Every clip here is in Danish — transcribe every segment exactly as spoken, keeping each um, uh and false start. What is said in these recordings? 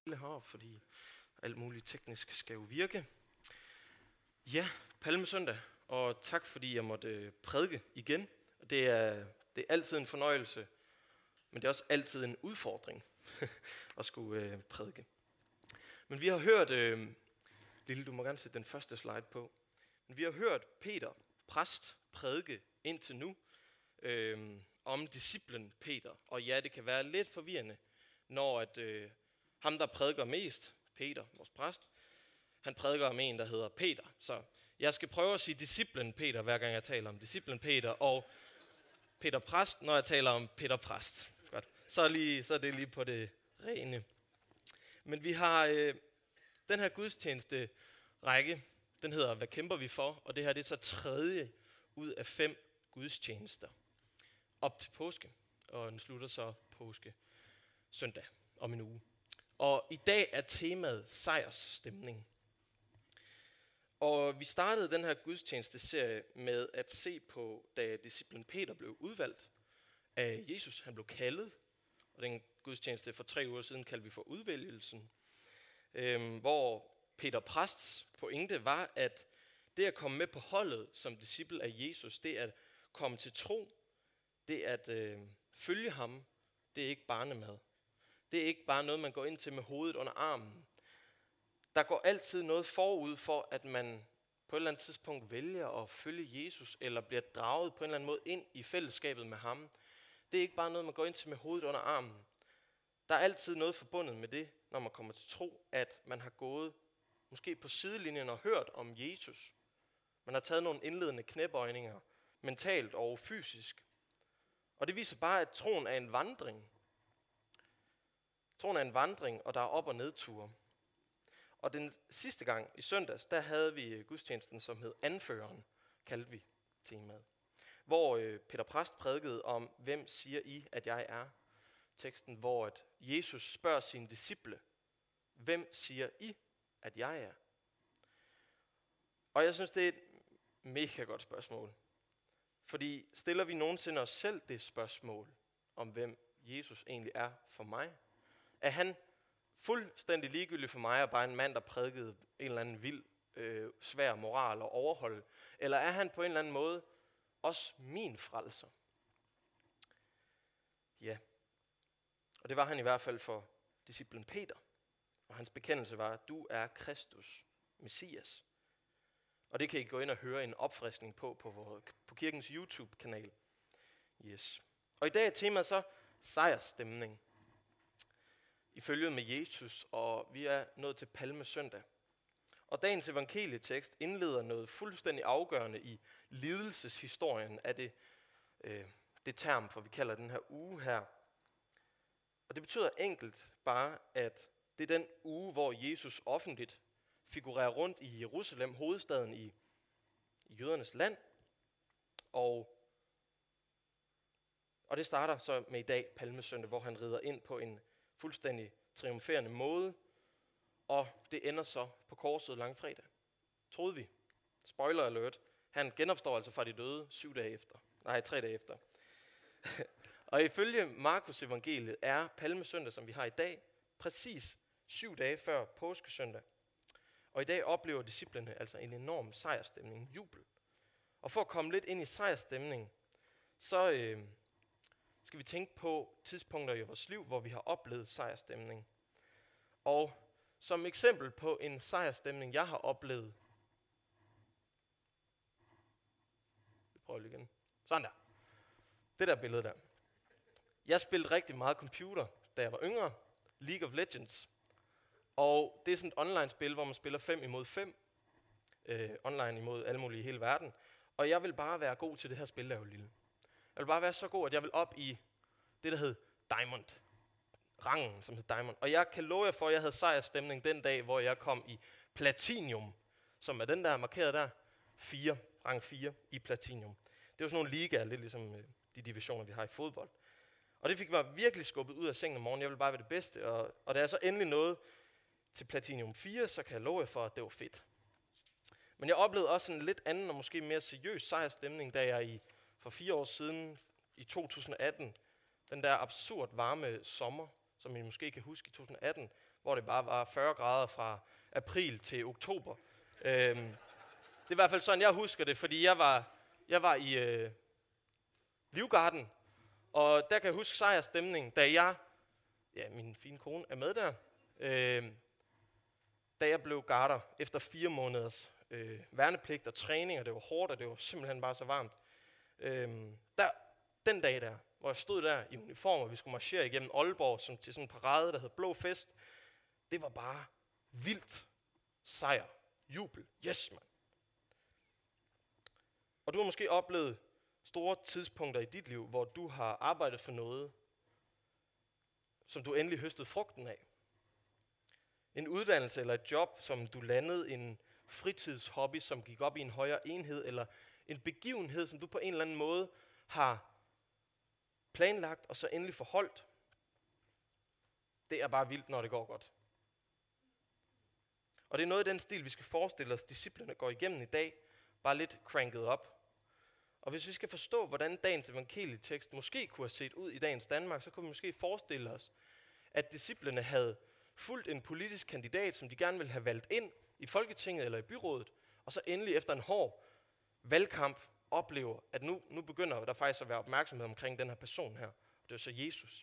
heroppe, fordi alt muligt teknisk skal jo virke. Ja, Palmesøndag, og tak fordi jeg måtte prædike igen. Det er, det er altid en fornøjelse, men det er også altid en udfordring at skulle øh, prædike. Men vi har hørt, øh, Lille, du må gerne sætte den første slide på. Men vi har hørt Peter, præst, prædike indtil nu øh, om disciplen Peter. Og ja, det kan være lidt forvirrende, når at, øh, ham, der prædiker mest, Peter, vores præst, han prædiker om en, der hedder Peter. Så jeg skal prøve at sige disciplen Peter, hver gang jeg taler om disciplen Peter, og Peter præst, når jeg taler om Peter præst. Godt. Så, er lige, så er det lige på det rene. Men vi har øh, den her gudstjeneste række, den hedder Hvad kæmper vi for? Og det her det er så tredje ud af fem gudstjenester op til påske. Og den slutter så påske søndag om en uge. Og i dag er temaet sejrsstemning. Og vi startede den her gudstjenesteserie med at se på, da disciplen Peter blev udvalgt af Jesus. Han blev kaldet, og den gudstjeneste for tre uger siden kaldte vi for udvælgelsen. Øhm, hvor Peter præsts pointe var, at det at komme med på holdet som disciple af Jesus, det at komme til tro, det at øh, følge ham, det er ikke barnemad. Det er ikke bare noget, man går ind til med hovedet under armen. Der går altid noget forud for, at man på et eller andet tidspunkt vælger at følge Jesus, eller bliver draget på en eller anden måde ind i fællesskabet med ham. Det er ikke bare noget, man går ind til med hovedet under armen. Der er altid noget forbundet med det, når man kommer til tro, at man har gået måske på sidelinjen og hørt om Jesus. Man har taget nogle indledende knæbøjninger, mentalt og fysisk. Og det viser bare, at troen er en vandring. Troen er en vandring, og der er op- og nedture. Og den sidste gang i søndags, der havde vi gudstjenesten, som hed Anføreren, kaldte vi temaet. Hvor øh, Peter Præst prædikede om, hvem siger I, at jeg er? Teksten, hvor at Jesus spørger sine disciple, hvem siger I, at jeg er? Og jeg synes, det er et mega godt spørgsmål. Fordi stiller vi nogensinde os selv det spørgsmål, om hvem Jesus egentlig er for mig? Er han fuldstændig ligegyldig for mig, og bare en mand, der prædikede en eller anden vild, øh, svær moral at overholde? Eller er han på en eller anden måde også min frelser? Ja. Og det var han i hvert fald for disciplen Peter. Og hans bekendelse var, at du er Kristus, Messias. Og det kan I gå ind og høre en opfriskning på på, vores, på kirkens YouTube-kanal. Yes. Og i dag er temaet så sejrsstemning. I følge med Jesus, og vi er nået til Palmesøndag. Og dagens evangelietekst indleder noget fuldstændig afgørende i lidelseshistorien af det, øh, det term, for vi kalder den her uge her. Og det betyder enkelt bare, at det er den uge, hvor Jesus offentligt figurerer rundt i Jerusalem, hovedstaden i, i jødernes land. Og, og det starter så med i dag, Palmesøndag, hvor han rider ind på en fuldstændig triumferende måde, og det ender så på korset langfredag. Troede vi. Spoiler alert. Han genopstår altså fra de døde syv dage efter. Nej, tre dage efter. Og ifølge Markus evangeliet er Palmesøndag, som vi har i dag, præcis syv dage før påskesøndag. Og i dag oplever disciplene altså en enorm sejrsstemning, jubel. Og for at komme lidt ind i sejrsstemning, så øh, skal vi tænke på tidspunkter i vores liv, hvor vi har oplevet sejrsstemning. Og som eksempel på en sejrsstemning, jeg har oplevet. Vi prøver lige igen. Sådan der. Det der billede der. Jeg spillede rigtig meget computer, da jeg var yngre. League of Legends. Og det er sådan et online-spil, hvor man spiller fem imod fem. Øh, online imod alle mulige i hele verden. Og jeg vil bare være god til det her spil, der er jo lille. Jeg vil bare være så god, at jeg vil op i det, der hed Diamond. Rangen, som hed Diamond. Og jeg kan love jer for, at jeg havde sejrsstemning den dag, hvor jeg kom i Platinum, som er den der markeret der, fire, rang fire i Platinum. Det var sådan nogle ligaer, lidt ligesom øh, de divisioner, vi har i fodbold. Og det fik mig virkelig skubbet ud af sengen om morgenen. Jeg ville bare være det bedste. Og, og da jeg så endelig nåede til Platinum fire, så kan jeg love jer for, at det var fedt. Men jeg oplevede også en lidt anden og måske mere seriøs sejrsstemning, da jeg i, for fire år siden, i to tusind atten, den der absurd varme sommer, som I måske kan huske i to tusind atten, hvor det bare var fyrre grader fra april til oktober. Øhm, det er i hvert fald sådan, jeg husker det, fordi jeg var, jeg var i øh, Livgarden, og der kan jeg huske sejrstemningen, da jeg, ja, min fine kone er med der, øh, da jeg blev garder efter fire måneders øh, værnepligt og træning, og det var hårdt, og det var simpelthen bare så varmt. Øh, der, den dag der, hvor jeg stod der i uniform, og vi skulle marchere igennem Aalborg som til sådan en parade, der hed Blå Fest, det var bare vildt. Sejr. Jubel. Yes, man. Og du har måske oplevet store tidspunkter i dit liv, hvor du har arbejdet for noget, som du endelig høstede frugten af. En uddannelse eller et job, som du landede, en fritidshobby, som gik op i en højere enhed, eller en begivenhed, som du på en eller anden måde har planlagt og så endelig forholdt. Det er bare vildt, når det går godt. Og det er noget i den stil, vi skal forestille os, disciplene går igennem i dag, bare lidt cranket op. Og hvis vi skal forstå, hvordan dagens evangelietekst måske kunne have set ud i dagens Danmark, så kunne vi måske forestille os, at disciplene havde fulgt en politisk kandidat, som de gerne ville have valgt ind i Folketinget eller i byrådet, og så endelig efter en hård valgkamp oplever, at nu, nu begynder der faktisk at være opmærksomhed omkring den her person her. Det er så Jesus.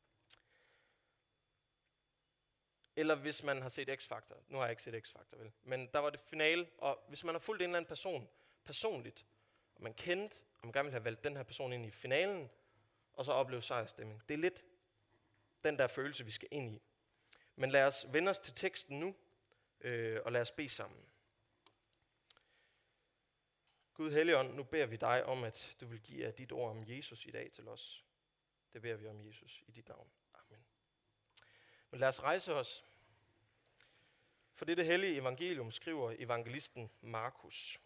Eller hvis man har set X-Factor. Nu har jeg ikke set X-Factor, vel? Men der var det finale, og hvis man har fulgt en eller anden person personligt, og man kendte, og man gerne ville have valgt den her person ind i finalen, og så opleve sejrstemning. Det er lidt den der følelse, vi skal ind i. Men lad os vende os til teksten nu, øh, og lad os bede sammen. Gud Helligånd, nu beder vi dig om, at du vil give af dit ord om Jesus i dag til os. Det beder vi om Jesus i dit navn. Amen. Men lad os rejse os. For det, det hellige evangelium skriver evangelisten Markus.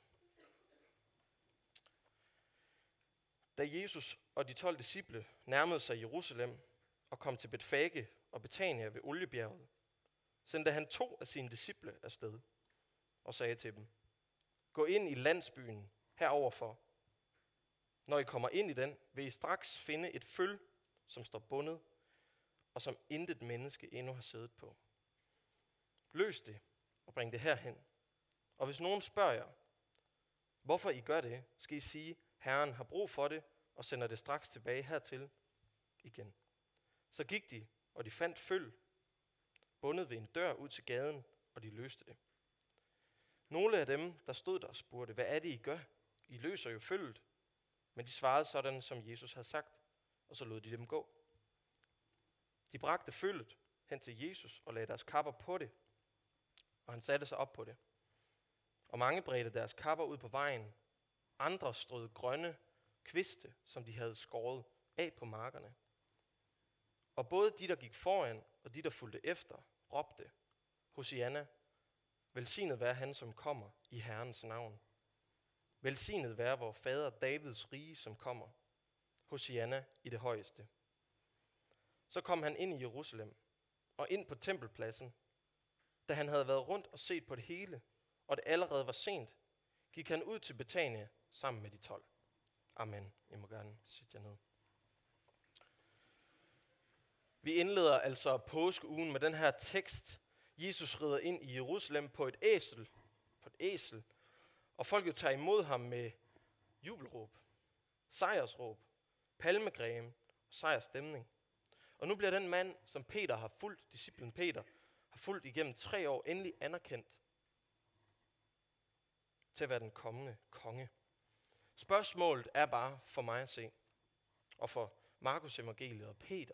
Da Jesus og de tolv disciple nærmede sig Jerusalem og kom til Betfage og Betania ved Oliebjerget, sendte han to af sine disciple afsted og sagde til dem: Gå ind i landsbyen heroverfor. Når I kommer ind i den, vil I straks finde et føl, som står bundet, og som intet menneske endnu har siddet på. Løs det og bring det herhen. Og hvis nogen spørger jer, hvorfor I gør det, skal I sige, Herren har brug for det, og sender det straks tilbage hertil igen. Så gik de, og de fandt føl, bundet ved en dør ud til gaden, og de løste det. Nogle af dem, der stod der, spurgte, hvad er det, I gør? I løser jo følget. Men de svarede sådan, som Jesus havde sagt, og så lod de dem gå. De bragte følget hen til Jesus og lagde deres kapper på det, og han satte sig op på det. Og mange bredte deres kapper ud på vejen. Andre strøede grønne kviste, som de havde skåret af på markerne. Og både de, der gik foran, og de, der fulgte efter, råbte, Hosianna, velsignet være han, som kommer i Herrens navn. Velsignet være vor fader Davids rige, som kommer. Hosianna i det højeste. Så kom han ind i Jerusalem og ind på tempelpladsen. Da han havde været rundt og set på det hele, og det allerede var sent, gik han ud til Betania sammen med de tolv. Amen. I må gerne sætte jer ned. Vi indleder altså påskeugen med den her tekst. Jesus rider ind i Jerusalem på et æsel, på et æsel, og folket tager imod ham med jubelråb, sejrsråb, palmegrene og sejrstemning. Og nu bliver den mand, som Peter har fulgt, disciplen Peter, har fulgt igennem tre år, endelig anerkendt til at være den kommende konge. Spørgsmålet er bare for mig at se, og for Markus evangeliet og Peter.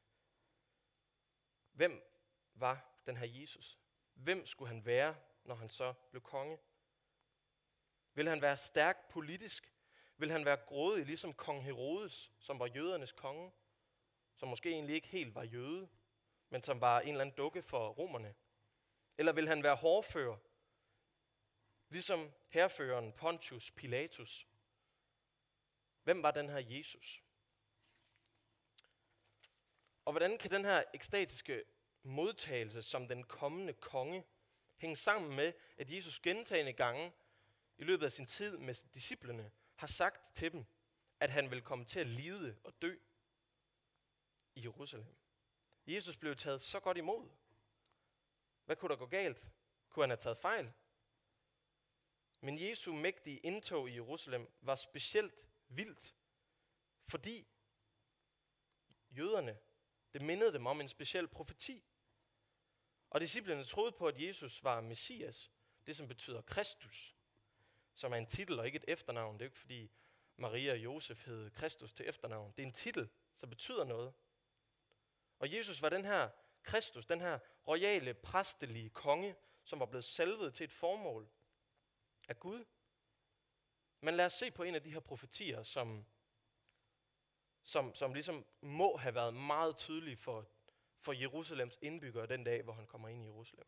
Hvem var den her Jesus? Hvem skulle han være, når han så blev konge? Vil han være stærk politisk? Vil han være grådig, ligesom kong Herodes, som var jødernes konge? Som måske egentlig ikke helt var jøde, men som var en eller anden dukke for romerne? Eller vil han være hårdfører, ligesom hærføreren Pontius Pilatus? Hvem var den her Jesus? Og hvordan kan den her ekstatiske modtagelse som den kommende konge hænge sammen med, at Jesus gentagne gange i løbet af sin tid med disciplene har sagt til dem, at han vil komme til at lide og dø i Jerusalem? Jesus blev taget så godt imod. Hvad kunne der gå galt? Kunne han have taget fejl? Men Jesu mægtige indtog i Jerusalem var specielt vildt, fordi jøderne, det mindede dem om en speciel profeti. Og disciplene troede på, at Jesus var Messias, det som betyder Kristus, som er en titel og ikke et efternavn. Det er jo ikke fordi Maria og Josef hed Kristus til efternavn. Det er en titel, som betyder noget. Og Jesus var den her Kristus, den her royale, præstelige konge, som var blevet salvet til et formål af Gud. Men lad os se på en af de her profetier, som, som, som ligesom må have været meget tydelige for, for Jerusalems indbyggere den dag, hvor han kommer ind i Jerusalem.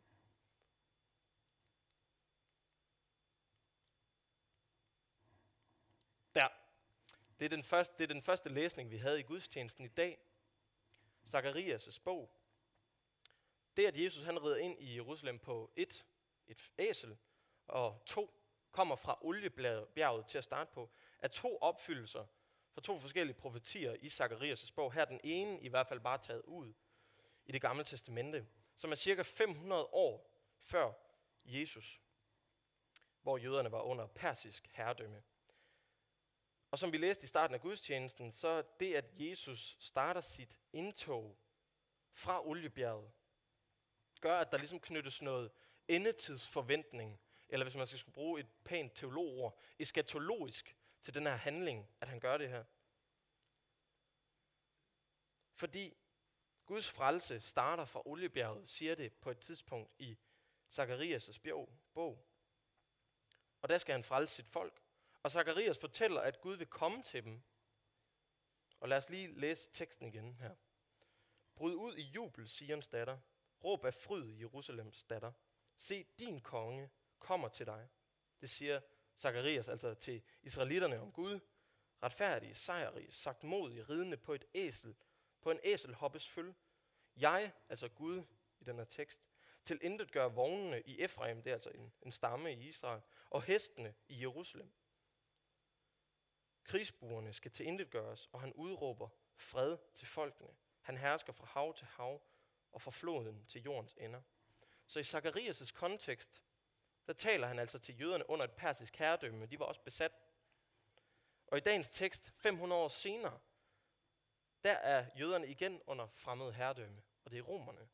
Der. Det er den første, det er den første læsning, vi havde i gudstjenesten i dag. Zakarias' bog. Det, at Jesus han rider ind i Jerusalem på et, et æsel, og to kommer fra Oliebjerget til at starte på, er to opfyldelser fra to forskellige profetier i Zakarias' bog. Her er den ene i hvert fald bare taget ud i Det Gamle Testamente, som er cirka fem hundrede år før Jesus, hvor jøderne var under persisk herredømme. Og som vi læste i starten af gudstjenesten, så det, at Jesus starter sit indtog fra Oliebjerget, gør, at der ligesom knyttes noget endetidsforventning, eller hvis man skal skulle bruge et pænt teologord, eskatologisk til den her handling, at han gør det her. Fordi Guds frelse starter fra Oliebjerget, siger det på et tidspunkt i Zakarias' bog. Og der skal han frelse sit folk. Og Zakarias fortæller, at Gud vil komme til dem. Og lad os lige læse teksten igen her. Bryd ud i jubel, Sions datter. Råb af fryd, Jerusalems datter. Se, din konge kommer til dig. Det siger Zakarias altså til israelitterne om Gud. Retfærdige, sejrige, sagtmodige, ridende på et æsel, på en æselhoppes føl. Jeg, altså Gud i den her tekst, til intet gør vognene i Efraim, det er altså en, en stamme i Israel, og hestene i Jerusalem. Krigsbuerne skal til intet gøres, og han udråber fred til folkene. Han hersker fra hav til hav, og fra floden til jordens ender. Så i Zakarias' kontekst, der taler han altså til jøderne under et persisk herredømme, de var også besat. Og i dagens tekst, fem hundrede år senere, der er jøderne igen under fremmed herredømme, og det er romerne.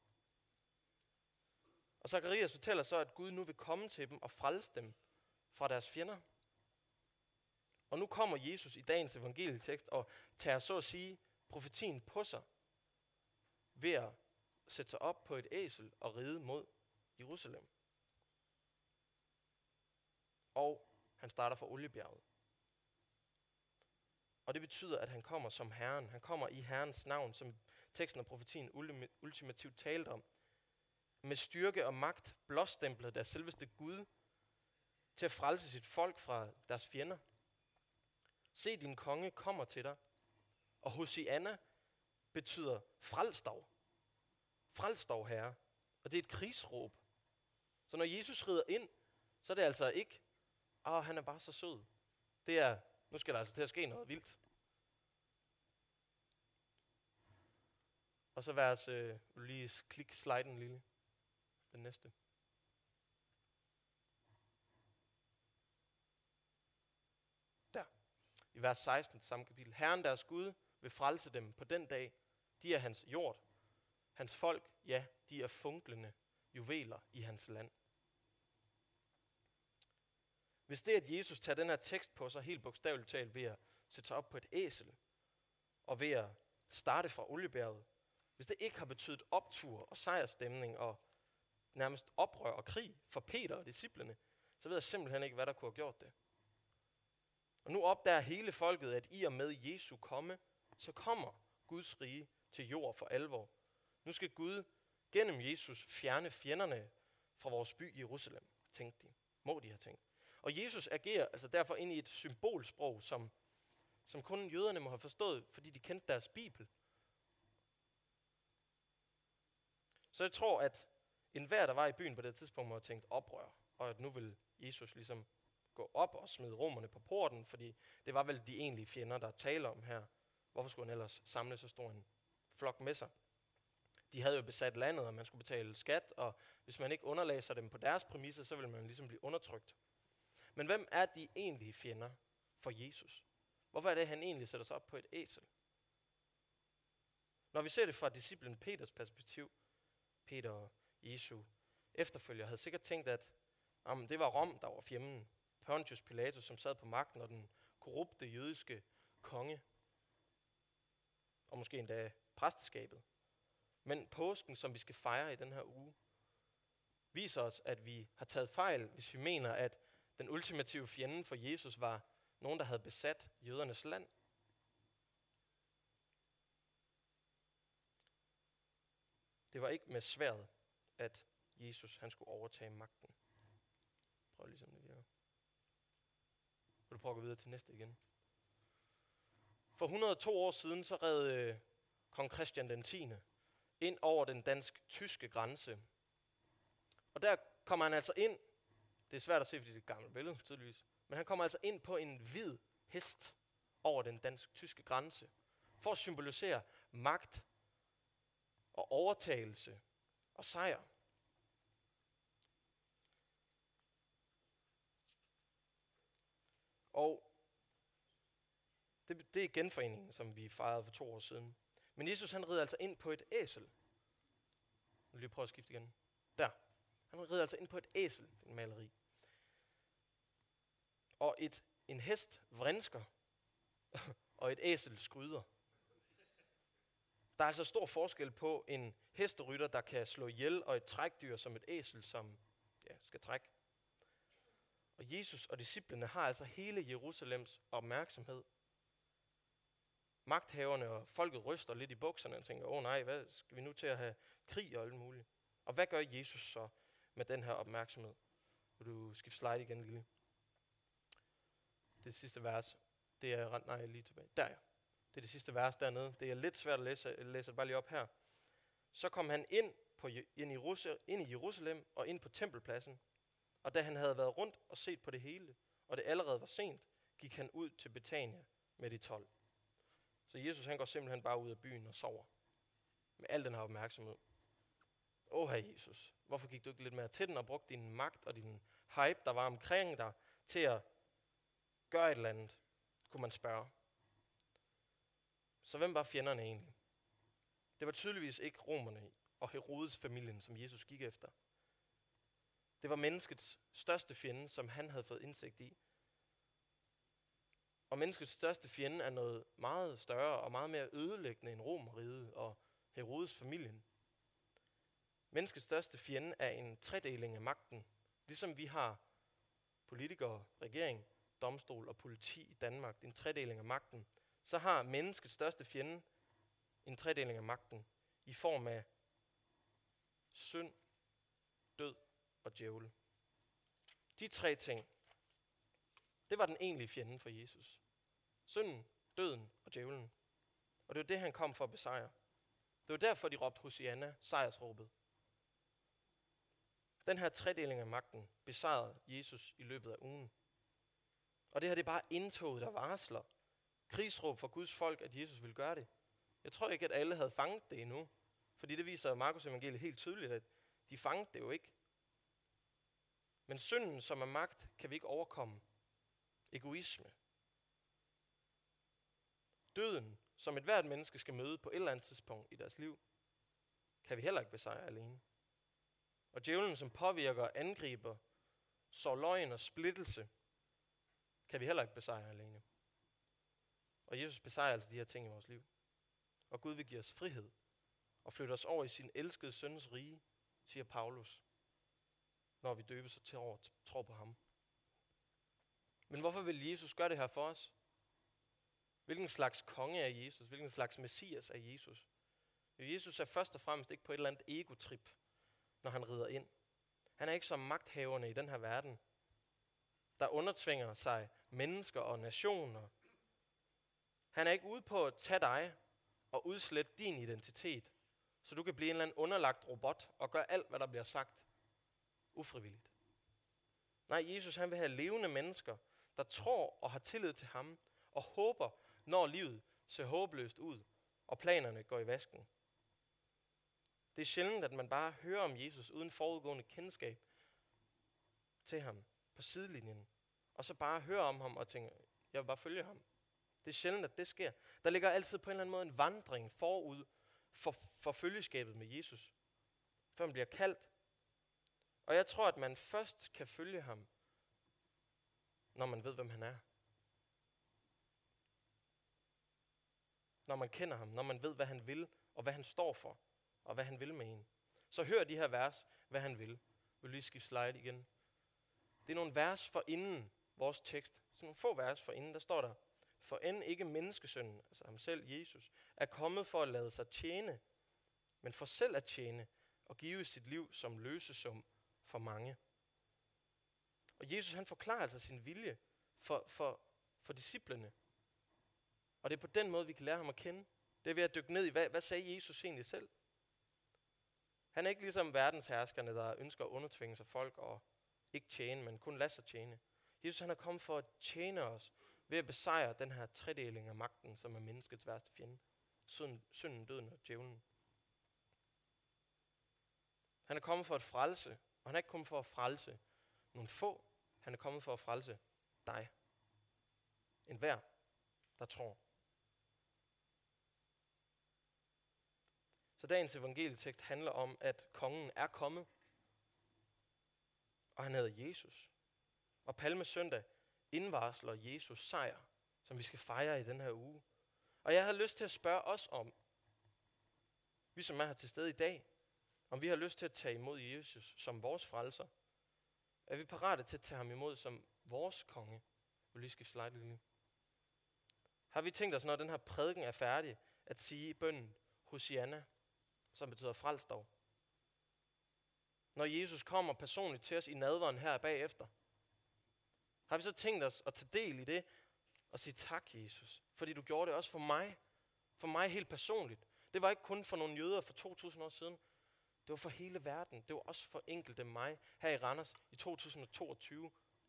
Og Zakarias fortæller så, at Gud nu vil komme til dem og frelse dem fra deres fjender. Og nu kommer Jesus i dagens evangelietekst og tager så at sige profetien på sig ved at sætte sig op på et æsel og ride mod Jerusalem. Og han starter fra Oliebjerget. Og det betyder, at han kommer som Herren. Han kommer i Herrens navn, som teksten og profetien ultimativt talte om. Med styrke og magt blåstemplet af selveste Gud til at frelse sit folk fra deres fjender. Se, din konge kommer til dig. Og Hosianna betyder frelsdog. Frelsdog, herre. Og det er et krigsråb. Så når Jesus rider ind, så er det altså ikke, åh, han er bare så sød. Det er, nu skal der altså til at ske noget vildt. Og så vers, øh, vil du lige klik sliden lille. Den næste. Der. I vers seksten, samme kapitel. Herren deres Gud vil frelse dem på den dag. De er hans jord. Hans folk, ja, de er funklende juveler i hans land. Hvis det, at Jesus tager den her tekst på sig helt bogstaveligt talt ved at sætte sig op på et æsel, og ved at starte fra Oliebjerget, hvis det ikke har betydet optur og sejrstemning og nærmest oprør og krig for Peter og disciplene, så ved jeg simpelthen ikke, hvad der kunne have gjort det. Og nu opdager hele folket, at i og med Jesu komme, så kommer Guds rige til jord for alvor. Nu skal Gud gennem Jesus fjerne fjenderne fra vores by Jerusalem, tænkte de. Må de have tænkt. Og Jesus agerer altså derfor ind i et symbolsprog, som, som kun jøderne må have forstået, fordi de kendte deres bibel. Så jeg tror, at enhver, der var i byen på det tidspunkt, må have tænkt oprør, og at nu vil Jesus ligesom gå op og smide romerne på porten, fordi det var vel de egentlige fjender, der taler om her. Hvorfor skulle han ellers samle så stor en flok med sig? De havde jo besat landet, og man skulle betale skat, og hvis man ikke underlagde sig dem på deres præmisser, så ville man ligesom blive undertrykt. Men hvem er de egentlige fjender for Jesus? Hvorfor er det, at han egentlig sætter sig op på et æsel? Når vi ser det fra disciplen Peters perspektiv, Peter og Jesu efterfølger havde sikkert tænkt, at jamen, det var Rom, der var fjenden. Pontius Pilatus, som sad på magten, og den korrupte jødiske konge, og måske endda præsteskabet. Men påsken, som vi skal fejre i den her uge, viser os, at vi har taget fejl, hvis vi mener, at den ultimative fjende for Jesus var nogen, der havde besat jødernes land. Det var ikke med sværdet, at Jesus han skulle overtage magten. Prøv lige sådan det virker. Vil du prøve at gå videre til næste igen? For et hundrede og to år siden, så red øh, kong Christian den tiende ind over den dansk-tyske grænse. Og der kommer han altså ind, det er svært at se, fordi det er et gammelt billede, tydeligvis, men han kommer altså ind på en hvid hest over den dansk-tyske grænse, for at symbolisere magt og overtagelse og sejr. Og det, det er genforeningen, som vi fejrede for to år siden. Men Jesus han rider altså ind på et æsel. Nu vil lige prøve at skifte igen. Der. Han rider altså ind på et æsel, den maleri. Og et, en hest vrinsker, og et æsel skryder. Der er altså stor forskel på en hesterytter, der kan slå ihjel, og et trækdyr som et æsel, som ja, skal trække. Og Jesus og disciplene har altså hele Jerusalems opmærksomhed. Magthaverne og folket ryster lidt i bukserne og tænker, åh oh, nej, hvad skal vi nu til at have krig og alt muligt? Og hvad gør Jesus så med den her opmærksomhed? Vil du skifte slide igen, Lille? Det sidste vers, det er ret nej lige tilbage. Der ja. Det er det sidste vers dernede. Det er lidt svært at læse, jeg læser det bare lige op her. Så kom han ind, på, ind, i Jerusalem, ind i Jerusalem og ind på tempelpladsen. Og da han havde været rundt og set på det hele, og det allerede var sent, gik han ud til Betania med de tolv. Så Jesus han går simpelthen bare ud af byen og sover. Med al den her opmærksomhed. Åh, herre Jesus, hvorfor gik du ikke lidt mere til den og brugte din magt og din hype, der var omkring dig, til at gøre et eller andet, kunne man spørge. Så hvem var fjenderne egentlig? Det var tydeligvis ikke romerne og Herodes familien, som Jesus gik efter. Det var menneskets største fjende, som han havde fået indsigt i. Og menneskets største fjende er noget meget større og meget mere ødelæggende end Romerriget og Herodes familien. Menneskets største fjende er en tredeling af magten. Ligesom vi har politikere, regering, domstol og politi i Danmark, en tredeling af magten, så har menneskets største fjende en tredeling af magten i form af synd, død og djævel. De tre ting, det var den egentlige fjende for Jesus. Synden, døden og djævlen. Og det var det, han kom for at besejre. Det var derfor, de råbte Hosianna, sejrsråbet. Den her tredeling af magten besejrede Jesus i løbet af ugen. Og det her det er bare indtoget, der varsler krigsråb for Guds folk, at Jesus vil gøre det. Jeg tror ikke, at alle havde fanget det endnu. Fordi det viser Markus evangeliet helt tydeligt, at de fangede det jo ikke. Men synden, som er magt, kan vi ikke overkomme. Egoisme. Døden, som et hvert menneske skal møde på et eller andet tidspunkt i deres liv, kan vi heller ikke besejre alene. Og djævlen, som påvirker og angriber, så løgn og splittelse, kan vi heller ikke besejre alene. Og Jesus besejrer altså de her ting i vores liv. Og Gud vil give os frihed og flytte os over i sin elskede søns rige, siger Paulus, når vi døbes og til over tror på ham. Men hvorfor vil Jesus gøre det her for os? Hvilken slags konge er Jesus? Hvilken slags messias er Jesus? Jesus er først og fremmest ikke på et eller andet egotrip, når han rider ind. Han er ikke som magthaverne i den her verden, der undertvinger sig mennesker og nationer. Han er ikke ude på at tage dig og udslette din identitet, så du kan blive en eller anden underlagt robot og gøre alt, hvad der bliver sagt, ufrivilligt. Nej, Jesus han vil have levende mennesker, der tror og har tillid til ham, og håber, når livet ser håbløst ud, og planerne går i vasken. Det er sjældent, at man bare hører om Jesus uden forudgående kendskab til ham på sidelinjen. Og så bare hører om ham og tænker, jeg vil bare følge ham. Det er sjældent, at det sker. Der ligger altid på en eller anden måde en vandring forud for, for følgeskabet med Jesus, før man bliver kaldt. Og jeg tror, at man først kan følge ham, når man ved, hvem han er. Når man kender ham, når man ved, hvad han vil, og hvad han står for, og hvad han vil med en. Så hør de her vers, hvad han vil. Vil lige skifte slide igen. Det er nogle vers for inden vores tekst. Så nogle få vers for inden, der står der, for end ikke menneskesønnen, altså ham selv, Jesus, er kommet for at lade sig tjene, men for selv at tjene og give sit liv som løsesum for mange. Og Jesus, han forklarer altså sin vilje for, for, for disciplene. Og det er på den måde, vi kan lære ham at kende. Det er ved at dykke ned i, hvad, hvad sagde Jesus egentlig selv? Han er ikke ligesom verdensherskerne, der ønsker at undertvinge sig folk og ikke tjene, men kun lade sig tjene. Jesus, han er kommet for at tjene os ved at besejre den her tredeling af magten, som er menneskets værste fjende. Synden, synden, døden og djævlen. Han er kommet for at frelse, og han er ikke kommet for at frelse nogle få. Han er kommet for at frelse dig. En hver, der tror. Så dagens evangelietekst handler om, at kongen er kommet, og han hedder Jesus. Og Palmesøndag indvarsler Jesus sejr, som vi skal fejre i den her uge. Og jeg har lyst til at spørge os om, vi som er her til stede i dag, om vi har lyst til at tage imod Jesus som vores frelser. Er vi parate til at tage ham imod som vores konge? Jeg vil lige skifte slide lige. Har vi tænkt os, når den her prædiken er færdig, at sige bønnen Hosianna, som betyder frels dog? Når Jesus kommer personligt til os i nadveren her bagefter, har vi så tænkt os at tage del i det og sige tak, Jesus, fordi du gjorde det også for mig, for mig helt personligt. Det var ikke kun for nogle jøder for to tusind år siden, det var for hele verden. Det var også for enkelte mig her i Randers i to tusind og toogtyve.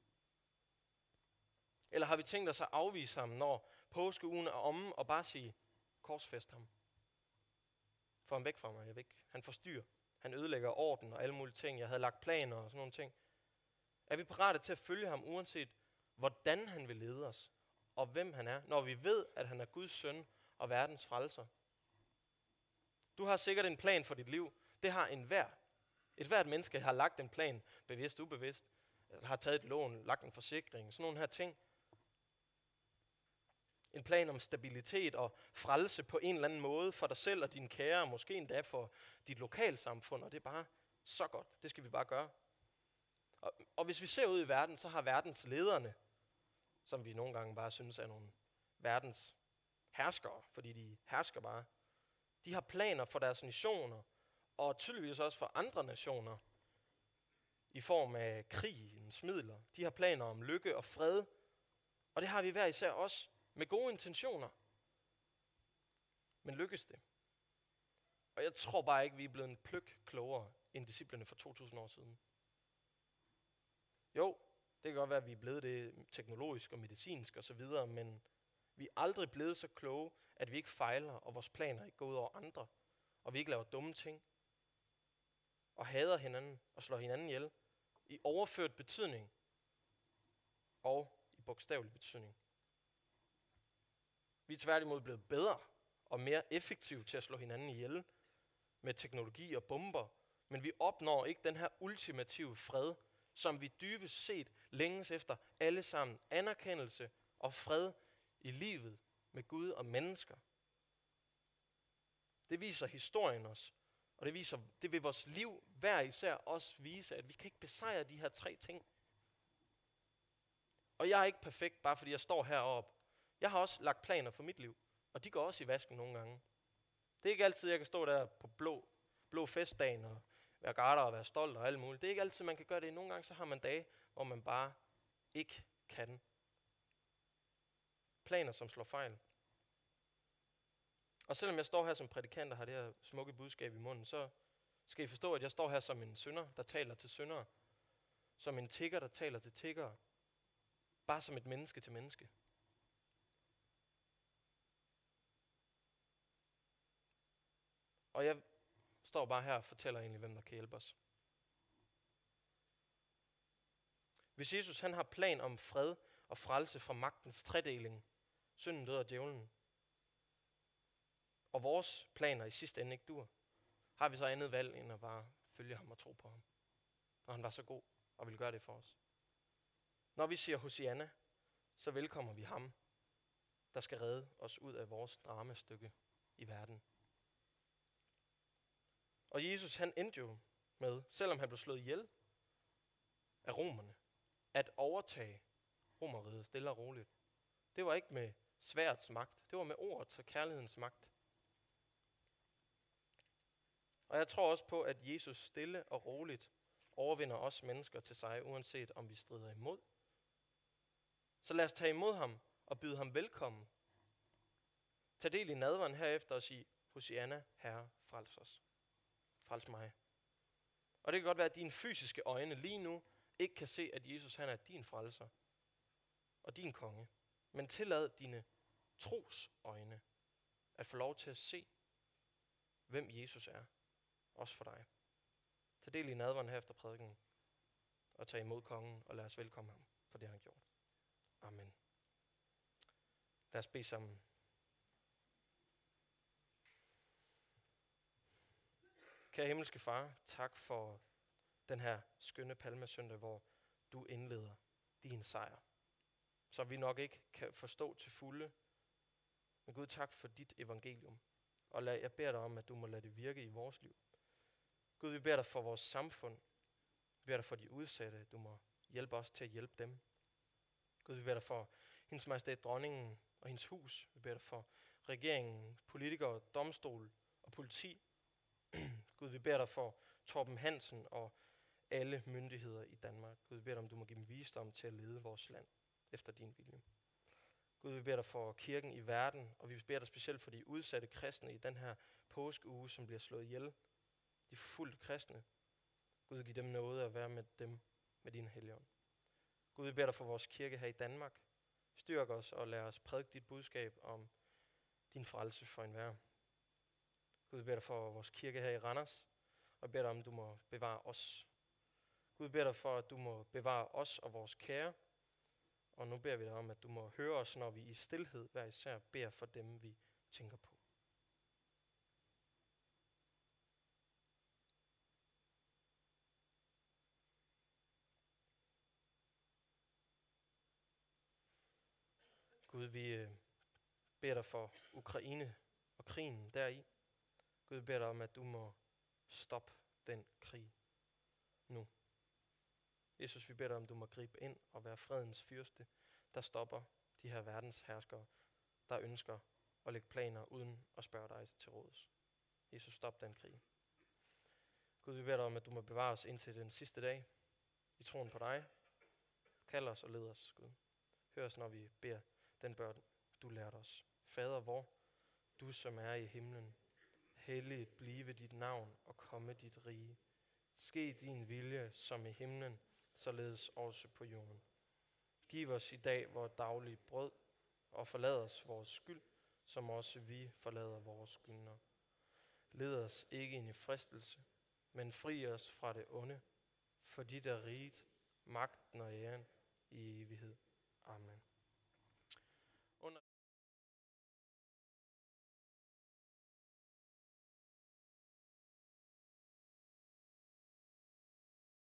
Eller har vi tænkt os at afvise ham, når påskeugen er omme, og bare sige, korsfæst ham. Få ham væk fra mig, jeg væk. Han forstyrrer. Han ødelægger orden og alle mulige ting. Jeg havde lagt planer og sådan nogle ting. Er vi parate til at følge ham, uanset hvordan han vil lede os, og hvem han er, når vi ved, at han er Guds søn og verdens frelser? Du har sikkert en plan for dit liv. Det har enhver. Et hvert menneske har lagt en plan, bevidst, ubevidst, har taget et lån, lagt en forsikring, sådan nogle her ting. En plan om stabilitet og frelse på en eller anden måde for dig selv og dine kære, måske endda for dit lokalsamfund, og det er bare så godt. Det skal vi bare gøre. Og, og hvis vi ser ud i verden, så har verdens lederne, som vi nogle gange bare synes er nogle verdens herskere, fordi de hersker bare, de har planer for deres nationer, og tydeligvis også for andre nationer, i form af krigens midler. De har planer om lykke og fred, og det har vi hver især også, med gode intentioner. Men lykkes det? Og jeg tror bare ikke, vi er blevet en pløk klogere end disciplene for to tusind år siden. Jo, det kan godt være, at vi er blevet det teknologisk og medicinsk osv., men vi er aldrig blevet så kloge, at vi ikke fejler, og vores planer ikke går ud over andre, og vi ikke laver dumme ting, og hader hinanden og slår hinanden ihjel, i overført betydning og i bogstavelig betydning. Vi er tværtimod blevet bedre og mere effektive til at slå hinanden ihjel med teknologi og bomber, men vi opnår ikke den her ultimative fred, som vi dybest set længes efter alle sammen. Anerkendelse og fred i livet med Gud og mennesker. Det viser historien os, og det viser, det vil vores liv hver især også vise, at vi kan ikke besejre de her tre ting. Og jeg er ikke perfekt, bare fordi jeg står heroppe. Jeg har også lagt planer for mit liv, og de går også i vasken nogle gange. Det er ikke altid, jeg kan stå der på blå, blå festdagen og være garder og være stolt og alt muligt. Det er ikke altid, man kan gøre det. Nogle gange så har man dage, hvor man bare ikke kan. Planer, som slår fejl. Og selvom jeg står her som prædikant og har det her smukke budskab i munden, så skal I forstå, at jeg står her som en synder, der taler til syndere. Som en tigger, der taler til tiggere. Bare som et menneske til menneske. Og jeg står bare her og fortæller egentlig, hvem der kan hjælpe os. Hvis Jesus han har plan om fred og frelse fra magtens tredeling, synden, død og djævlen, og vores planer i sidste ende ikke dur, har vi så andet valg end at bare følge ham og tro på ham, når han var så god og vil gøre det for os. Når vi siger Hosianna, så velkommer vi ham, der skal redde os ud af vores dramastykke i verden. Og Jesus han endte jo med, selvom han blev slået ihjel af romerne, at overtage Romerriget stille og roligt. Det var ikke med sværdets magt, det var med ordets og kærlighedens magt. Og jeg tror også på, at Jesus stille og roligt overvinder os mennesker til sig, uanset om vi strider imod. Så lad os tage imod ham og byde ham velkommen. Tag del i nadveren herefter og sige, Hosianna, Herre, frels os. Frels mig. Og det kan godt være, at dine fysiske øjne lige nu ikke kan se, at Jesus han er din frelser og din konge. Men tillad dine trosøjne at få lov til at se, hvem Jesus er. Også for dig. Tag del i nadveren her efter prædiken og tag imod kongen og lad os velkomme ham for det, han har gjort. Amen. Lad os bede sammen. Kære himmelske far, tak for den her skønne palmesøndag, hvor du indleder din sejr, som vi nok ikke kan forstå til fulde. Men Gud, tak for dit evangelium. Og lad, jeg beder dig om, at du må lade det virke i vores liv. Gud, vi beder dig for vores samfund. Vi beder dig for de udsatte. Du må hjælpe os til at hjælpe dem. Gud, vi beder dig for hendes majestæt dronningen og hendes hus. Vi beder dig for regeringen, politikere, domstol og politi. Gud, vi beder dig for Torben Hansen og alle myndigheder i Danmark. Gud, vi beder dig om, du må give dem visdom til at lede vores land efter din vilje. Gud, vi beder dig for kirken i verden, og vi beder dig specielt for de udsatte kristne i den her påskeuge, som bliver slået ihjel. De forfulgte kristne. Gud, giv dem noget at være med dem med din helligånd. Gud, vi beder dig for vores kirke her i Danmark. Styrk os og lad os prædike dit budskab om din frelse for enhver. Gud, vi beder dig for vores kirke her i Randers, og beder dig om, du må bevare os. Gud, vi beder dig for, at du må bevare os og vores kære. Og nu beder vi dig om, at du må høre os, når vi i stilhed hver især beder for dem, vi tænker på. Gud, vi øh, beder dig for Ukraine og krigen deri. Gud, vi beder dig om, at du må stoppe den krig nu. Jesus, vi beder dig om, du må gribe ind og være fredens fyrste, der stopper de her verdens herskere, der ønsker at lægge planer uden at spørge dig til råds. Jesus, stop den krig. Gud, vi beder dig om, at du må bevare os indtil den sidste dag i troen på dig. Kald os og led os, Gud. Hør os, når vi beder den bør du lærte os. Fader vor, du som er i himlen, helliget blive dit navn og komme dit rige. Ske din vilje som i himlen, således også på jorden. Giv os i dag vores daglige brød, og forlad os vores skyld, som også vi forlader vores skyldnere. Led os ikke ind i fristelse, men fri os fra det onde, for dit er riget, magten og æren i evighed. Amen.